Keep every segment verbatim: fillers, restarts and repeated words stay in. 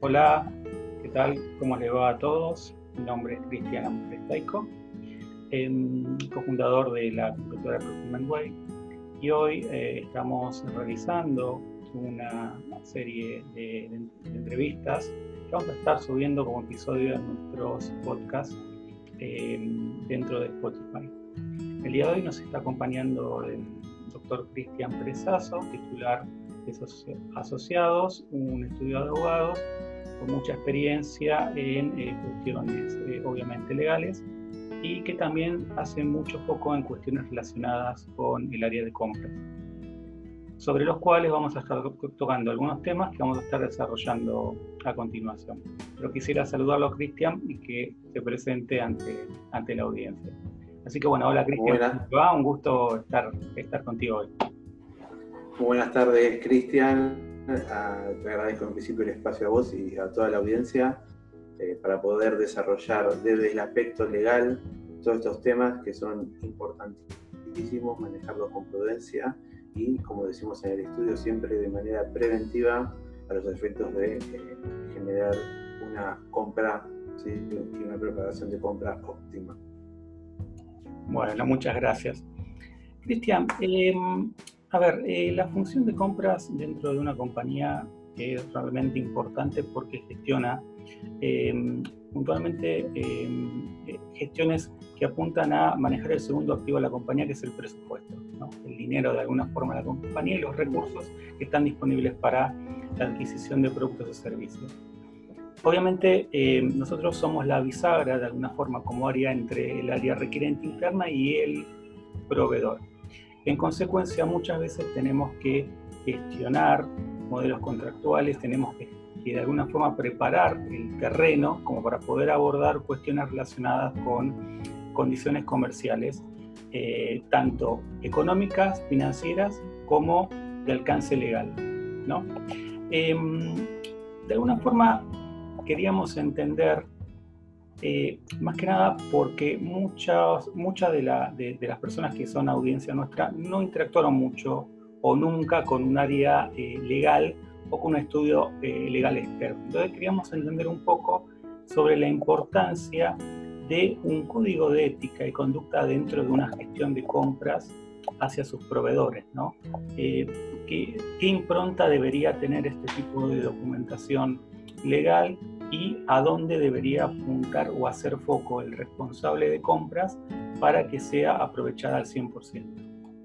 Hola, ¿qué tal? ¿Cómo les va a todos? Mi nombre es Cristian Amprestaico, eh, cofundador de la consultora Procurement Way, y hoy eh, estamos realizando una serie de, de, de entrevistas que vamos a estar subiendo como episodio en nuestros podcasts eh, dentro de Spotify. El día de hoy nos está acompañando el doctor Cristian Presazo, titular de Asociados, un estudio de abogados con mucha experiencia en eh, cuestiones eh, obviamente legales, y que también hace mucho foco en cuestiones relacionadas con el área de compras, sobre los cuales vamos a estar tocando algunos temas que vamos a estar desarrollando a continuación. Pero quisiera saludarlo a Cristian y que se presente ante, ante la audiencia. Así que bueno, hola Cristian, ¿cómo te va? Un gusto estar, estar contigo hoy. Muy buenas tardes, Cristian. Uh, te agradezco en principio el espacio a vos y a toda la audiencia eh, para poder desarrollar desde el aspecto legal todos estos temas que son importantísimos, manejarlos con prudencia y, como decimos en el estudio, siempre de manera preventiva a los efectos de eh, generar una compra, ¿sí? Y una preparación de compra óptima. Bueno, muchas gracias. Cristian, eh, a ver, eh, la función de compras dentro de una compañía es realmente importante porque gestiona eh, puntualmente eh, gestiones que apuntan a manejar el segundo activo de la compañía, que es el presupuesto, ¿no? El dinero de alguna forma de la compañía y los recursos que están disponibles para la adquisición de productos y servicios. Obviamente eh, nosotros somos la bisagra de alguna forma como área entre el área requerente interna y el proveedor. En consecuencia, muchas veces tenemos que gestionar modelos contractuales, tenemos que, que de alguna forma preparar el terreno como para poder abordar cuestiones relacionadas con condiciones comerciales, eh, tanto económicas, financieras, como de alcance legal, ¿no? Eh, de alguna forma queríamos entender, Eh, más que nada porque muchas, muchas de, la, de, de las personas que son audiencia nuestra no interactuaron mucho o nunca con un área eh, legal o con un estudio eh, legal externo. Entonces queríamos entender un poco sobre la importancia de un código de ética y conducta dentro de una gestión de compras hacia sus proveedores, ¿no? Eh, ¿qué, ¿Qué impronta debería tener este tipo de documentación legal y a dónde debería apuntar o hacer foco el responsable de compras para que sea aprovechada al cien por ciento?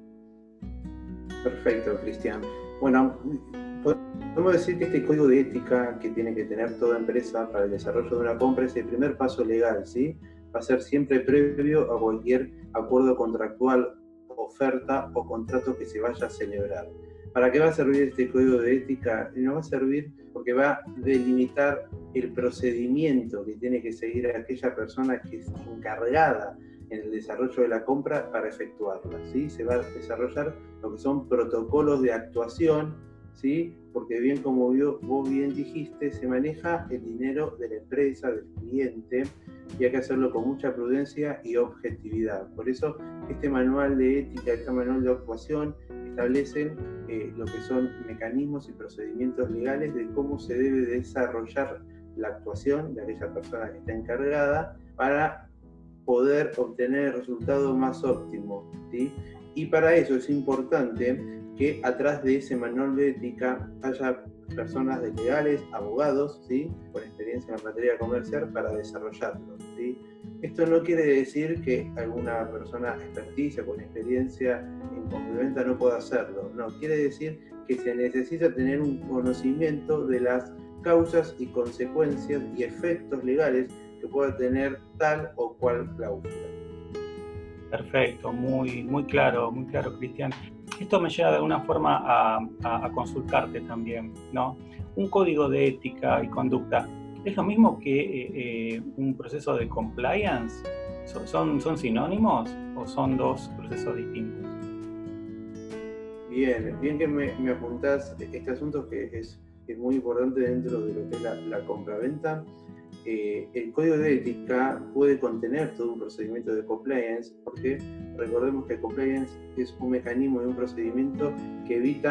Perfecto, Cristian. Bueno, podemos decir que este código de ética que tiene que tener toda empresa para el desarrollo de una compra es el primer paso legal, ¿sí? Va a ser siempre previo a cualquier acuerdo contractual, oferta o contrato que se vaya a celebrar. ¿Para qué va a servir este código de ética? Nos va a servir porque va a delimitar el procedimiento que tiene que seguir aquella persona que es encargada en el desarrollo de la compra para efectuarla, ¿sí? Se va a desarrollar lo que son protocolos de actuación, ¿sí? Porque bien como vos bien dijiste, se maneja el dinero de la empresa, del cliente, y hay que hacerlo con mucha prudencia y objetividad. Por eso este manual de ética, este manual de actuación establecen eh, lo que son mecanismos y procedimientos legales de cómo se debe desarrollar la actuación de aquella persona que está encargada para poder obtener el resultado más óptimo, ¿sí? Y para eso es importante que atrás de ese manual de ética haya personas de legales, abogados, ¿sí? Con experiencia en la materia comercial para desarrollarlo, ¿sí? Esto no quiere decir que alguna persona experticia con experiencia en complementa no pueda hacerlo, no, quiere decir que se necesita tener un conocimiento de las causas y consecuencias y efectos legales que pueda tener tal o cual cláusula. Perfecto, muy, muy claro, muy claro, Cristian. Esto me lleva de alguna forma a, a, a consultarte también, ¿no? Un código de ética y conducta, ¿es lo mismo que eh, un proceso de compliance? ¿Son, son sinónimos o son dos procesos distintos? Bien, bien que me, me apuntás este asunto que es, es muy importante dentro de lo que es la, la compraventa. Eh, el código de ética puede contener todo un procedimiento de compliance, porque recordemos que compliance es un mecanismo y un procedimiento que evita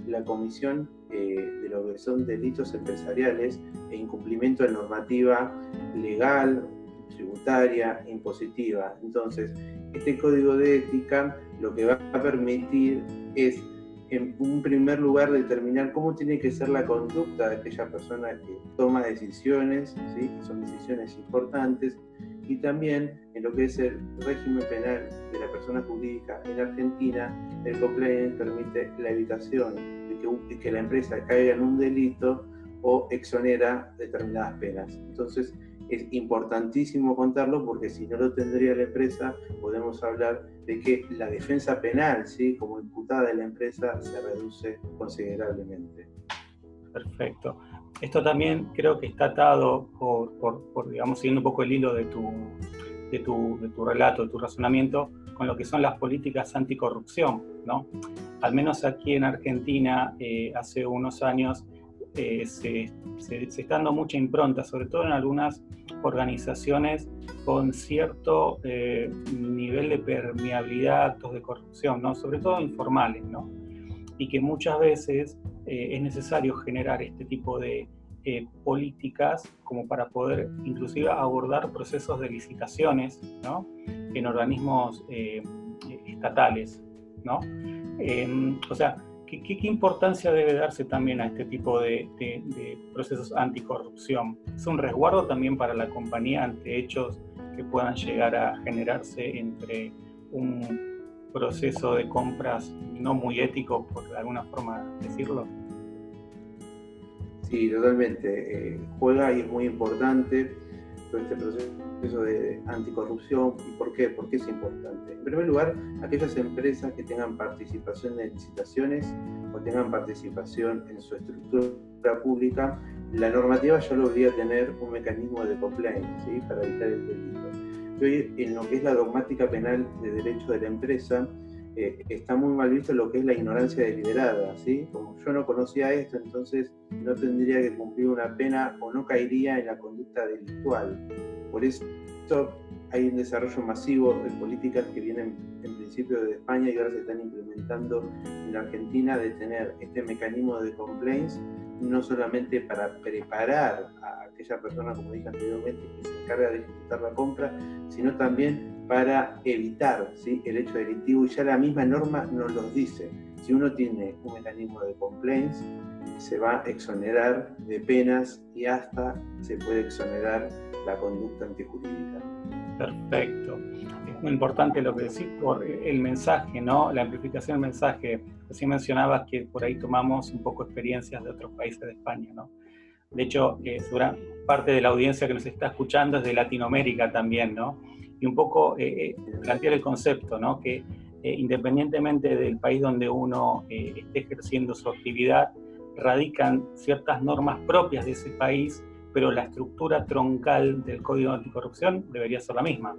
la comisión eh, de lo que son delitos empresariales e incumplimiento de normativa legal, tributaria, impositiva. Entonces, este código de ética lo que va a permitir es, en un primer lugar, determinar cómo tiene que ser la conducta de aquella persona que toma decisiones, ¿sí? Que son decisiones importantes, y también en lo que es el régimen penal de la persona jurídica en Argentina, el compliance permite la evitación de que, de que la empresa caiga en un delito o exonera determinadas penas. Entonces, es importantísimo contarlo, porque si no lo tendría la empresa, podemos hablar de que la defensa penal, ¿sí?, como imputada de la empresa, se reduce considerablemente. Perfecto. Esto también creo que está atado por, por, por digamos, siguiendo un poco el hilo de tu, de, tu, de tu relato, de tu razonamiento, con lo que son las políticas anticorrupción, ¿no? Al menos aquí en Argentina, eh, hace unos años, eh, se, se, se está dando mucha impronta, sobre todo en algunas organizaciones con cierto eh, nivel de permeabilidad a actos de corrupción, ¿no? Sobre todo informales, ¿no? Y que muchas veces eh, es necesario generar este tipo de eh, políticas como para poder inclusive abordar procesos de licitaciones, ¿no?, en organismos eh, estatales, ¿no? Eh, o sea, ¿qué, qué, ¿qué importancia debe darse también a este tipo de, de, de procesos anticorrupción? ¿Es un resguardo también para la compañía ante hechos que puedan llegar a generarse entre un proceso de compras no muy ético, por alguna forma decirlo? Sí, totalmente. Eh, juega y es muy importante todo este proceso de anticorrupción. ¿Y por qué? ¿Por qué es importante? En primer lugar, aquellas empresas que tengan participación en licitaciones o tengan participación en su estructura pública, la normativa ya lo obliga a tener un mecanismo de compliance, ¿sí?, para evitar el delito. Y hoy, en lo que es la dogmática penal de derecho de la empresa, eh, está muy mal visto lo que es la ignorancia deliberada, ¿sí? Como yo no conocía esto, entonces no tendría que cumplir una pena o no caería en la conducta delictual. Por eso hay un desarrollo masivo de políticas que vienen en principio de España y ahora se están implementando en la Argentina, de tener este mecanismo de compliance, no solamente para preparar a aquella persona, como dije anteriormente, que se encarga de ejecutar la compra, sino también para evitar, ¿sí?, el hecho delictivo, y ya la misma norma nos lo dice. Si uno tiene un mecanismo de compliance, se va a exonerar de penas y hasta se puede exonerar la conducta antijurídica. Perfecto. Es muy importante lo que decís por el mensaje, ¿no? La amplificación del mensaje. Así mencionabas que por ahí tomamos un poco experiencias de otros países de España, ¿no? De hecho, eh, gran parte de la audiencia que nos está escuchando es de Latinoamérica también, ¿no? Y un poco eh, plantear el concepto, ¿no?, que eh, independientemente del país donde uno eh, esté ejerciendo su actividad, radican ciertas normas propias de ese país, pero la estructura troncal del Código Anticorrupción debería ser la misma.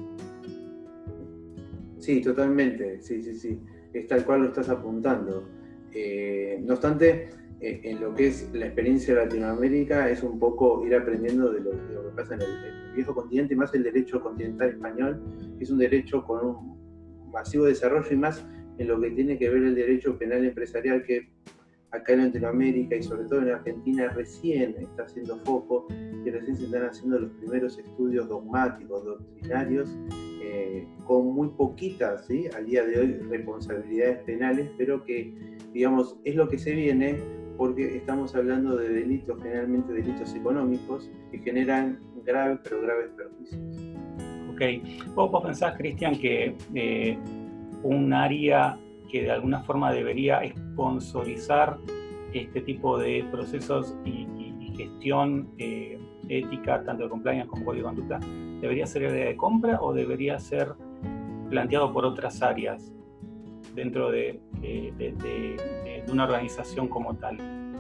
Sí, totalmente, sí, sí, sí, es tal cual lo estás apuntando. Eh, no obstante, eh, en lo que es la experiencia de Latinoamérica es un poco ir aprendiendo de lo, de lo que pasa en el, en el viejo continente, y más el derecho continental español, que es un derecho con un masivo desarrollo, y más en lo que tiene que ver el derecho penal empresarial, que acá en Latinoamérica y sobre todo en Argentina recién está haciendo foco, y recién se están haciendo los primeros estudios dogmáticos, doctrinarios, eh, con muy poquitas, ¿sí?, al día de hoy, responsabilidades penales, pero que, digamos, es lo que se viene, porque estamos hablando de delitos, generalmente delitos económicos, que generan graves, pero graves perjuicios. Ok. ¿Vos, vos pensás, Cristian, que eh, un área que de alguna forma debería sponsorizar este tipo de procesos y, y, y gestión eh, ética, tanto de compliance como código de conducta, debería ser el área de compra o debería ser planteado por otras áreas dentro de, de, de, de, de una organización como tal?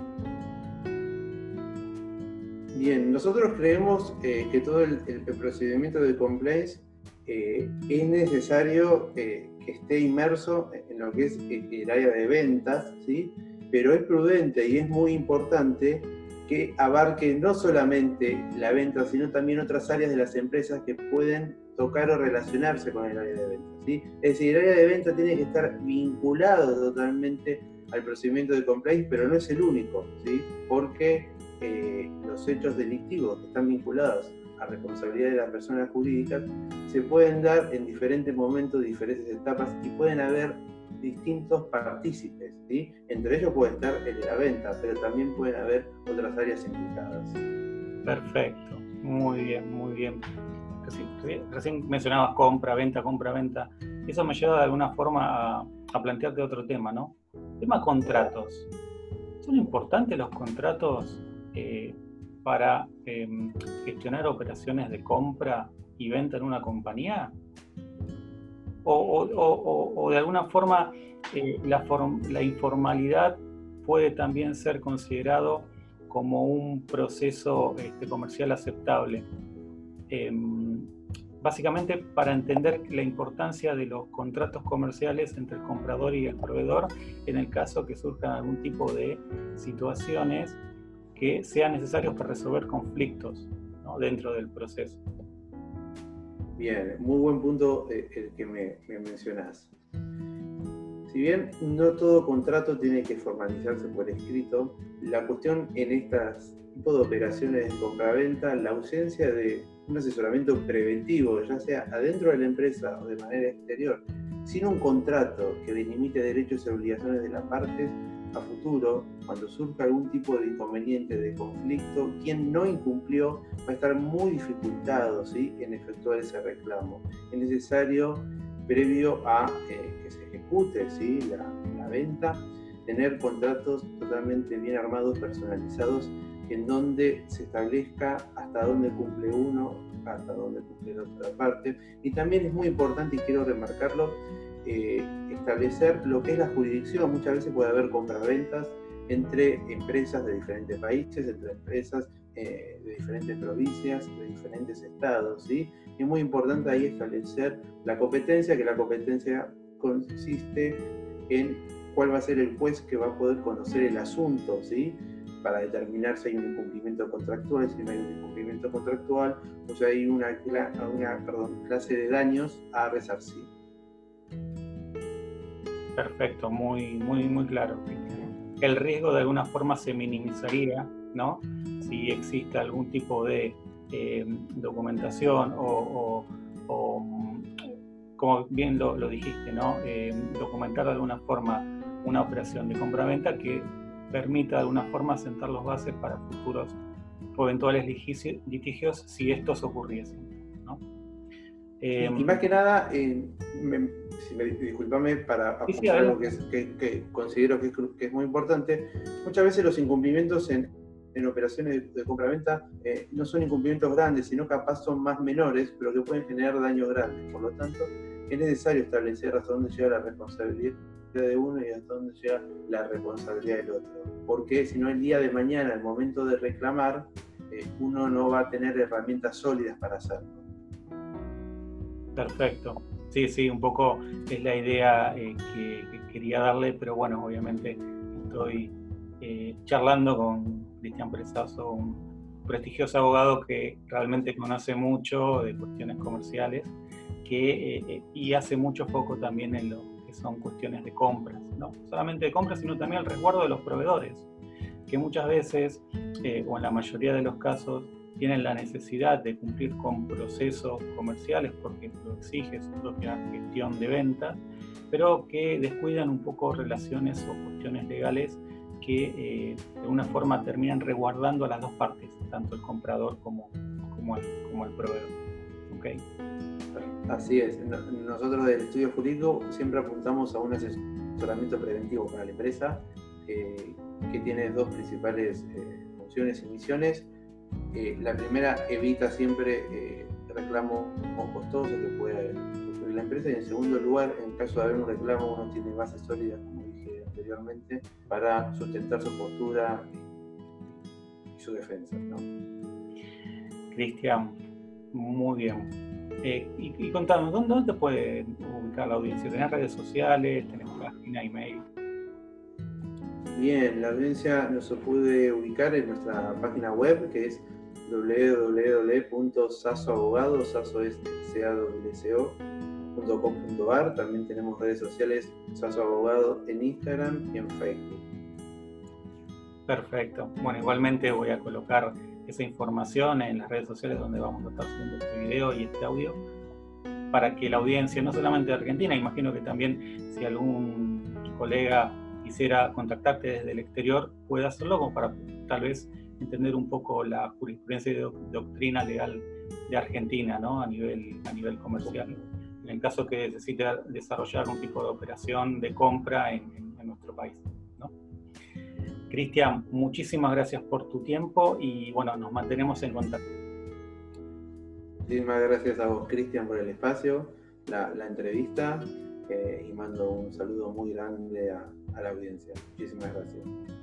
Bien, nosotros creemos eh, que todo el, el procedimiento de compliance eh, es necesario eh, que esté inmerso en lo que es el área de ventas, ¿sí? Pero es prudente y es muy importante que abarque no solamente la venta, sino también otras áreas de las empresas que pueden tocar o relacionarse con el área de venta, ¿sí? Es decir, el área de venta tiene que estar vinculado totalmente al procedimiento de compliance, pero no es el único, ¿sí? Porque eh, los hechos delictivos que están vinculados a responsabilidad de las personas jurídicas se pueden dar en diferentes momentos, diferentes etapas, y pueden haber distintos partícipes, ¿sí? Entre ellos puede estar el de la venta, pero también pueden haber otras áreas implicadas. Perfecto, muy bien, muy bien. Recién, recién mencionabas compra, venta, compra, venta. Eso me lleva de alguna forma a, a plantearte otro tema, ¿no? Tema contratos. ¿Son importantes los contratos eh, para eh, gestionar operaciones de compra y venta en una compañía? O, o, o, o de alguna forma eh, la, form, la informalidad puede también ser considerado como un proceso este, comercial aceptable. Eh, básicamente para entender la importancia de los contratos comerciales entre el comprador y el proveedor en el caso que surjan algún tipo de situaciones que sean necesarios para resolver conflictos, ¿no?, dentro del proceso. Bien, muy buen punto el que me, me mencionás. Si bien no todo contrato tiene que formalizarse por escrito, la cuestión en estas tipos de operaciones de compra-venta, la ausencia de un asesoramiento preventivo, ya sea adentro de la empresa o de manera exterior, sin un contrato que delimite derechos y obligaciones de las partes, a futuro, cuando surja algún tipo de inconveniente, de conflicto, quien no incumplió va a estar muy dificultado, ¿sí?, en efectuar ese reclamo. Es necesario, previo a eh, que se ejecute, ¿sí?, la, la venta, tener contratos totalmente bien armados, personalizados, en donde se establezca hasta dónde cumple uno, hasta dónde cumple la otra parte. Y también es muy importante, y quiero remarcarlo, eh, establecer lo que es la jurisdicción. Muchas veces puede haber compraventas entre empresas de diferentes países, entre empresas eh, de diferentes provincias, de diferentes estados, ¿sí? Y es muy importante ahí establecer la competencia, que la competencia consiste en cuál va a ser el juez que va a poder conocer el asunto, ¿sí?, para determinar si hay un incumplimiento contractual, si no hay un incumplimiento contractual, o si hay una, una perdón, clase de daños a resarcir. Perfecto, muy, muy, muy claro. El riesgo de alguna forma se minimizaría, ¿no?, si existe algún tipo de eh, documentación o, o, o, como bien lo, lo dijiste, ¿no?, eh, documentar de alguna forma una operación de compra-venta que permita de alguna forma sentar las bases para futuros o eventuales litigios si estos ocurriesen, ¿no? Eh, y, y más que nada, eh, me, si me, disculpame para apuntar sí, sí, algo que, es, que, que considero que es, que es muy importante. Muchas veces los incumplimientos en, en operaciones de, de compra-venta eh, no son incumplimientos grandes, sino capaz son más menores, pero que pueden generar daños grandes. Por lo tanto, es necesario establecer hasta dónde llega la responsabilidad de uno y hasta dónde llega la responsabilidad del otro. Porque si no, el día de mañana, al momento de reclamar, eh, uno no va a tener herramientas sólidas para hacerlo. Perfecto. Sí, sí, un poco es la idea eh, que, que quería darle, pero bueno, obviamente estoy eh, charlando con Cristian Presazo, un prestigioso abogado que realmente conoce mucho de cuestiones comerciales que, eh, y hace mucho foco también en lo que son cuestiones de compras, no solamente de compras, sino también el resguardo de los proveedores, que muchas veces, eh, o en la mayoría de los casos, tienen la necesidad de cumplir con procesos comerciales porque lo exige su propia gestión de venta, pero que descuidan un poco relaciones o cuestiones legales que eh, de una forma terminan resguardando a las dos partes, tanto el comprador como, como, el, como el proveedor. ¿Okay? Así es. Nosotros del estudio jurídico siempre apuntamos a un asesoramiento preventivo para la empresa eh, que tiene dos principales eh, funciones y misiones. Eh, la primera, evita siempre eh, reclamos costosos que pueda sufrir la empresa, y en segundo lugar, en caso de haber un reclamo, uno tiene bases sólidas, como dije anteriormente, para sustentar su postura y su defensa, ¿no? Cristian, muy bien. Eh, y, y contanos, ¿dónde, ¿dónde te puede ubicar la audiencia? ¿Tenés redes sociales? ¿Tenés página, email? Bien, la audiencia nos puede ubicar en nuestra página web, que es w w w punto sasoabogado, saso es c a w c o punto com punto a r. También tenemos redes sociales Saso Abogado en Instagram y en Facebook. Perfecto. Bueno, igualmente voy a colocar esa información en las redes sociales donde vamos a estar subiendo este video y este audio, para que la audiencia, no solamente de Argentina, imagino que también si algún colega quisiera contactarte desde el exterior, pueda hacerlo, como para tal vez entender un poco la jurisprudencia y doctrina legal de Argentina, ¿no? a nivel, a nivel comercial, en el caso que necesite desarrollar un tipo de operación de compra en, en, en nuestro país, ¿no? Cristian, muchísimas gracias por tu tiempo y bueno, nos mantenemos en contacto. Muchísimas gracias a vos, Cristian, por el espacio, la, la entrevista, eh, y mando un saludo muy grande a, a la audiencia. Muchísimas gracias.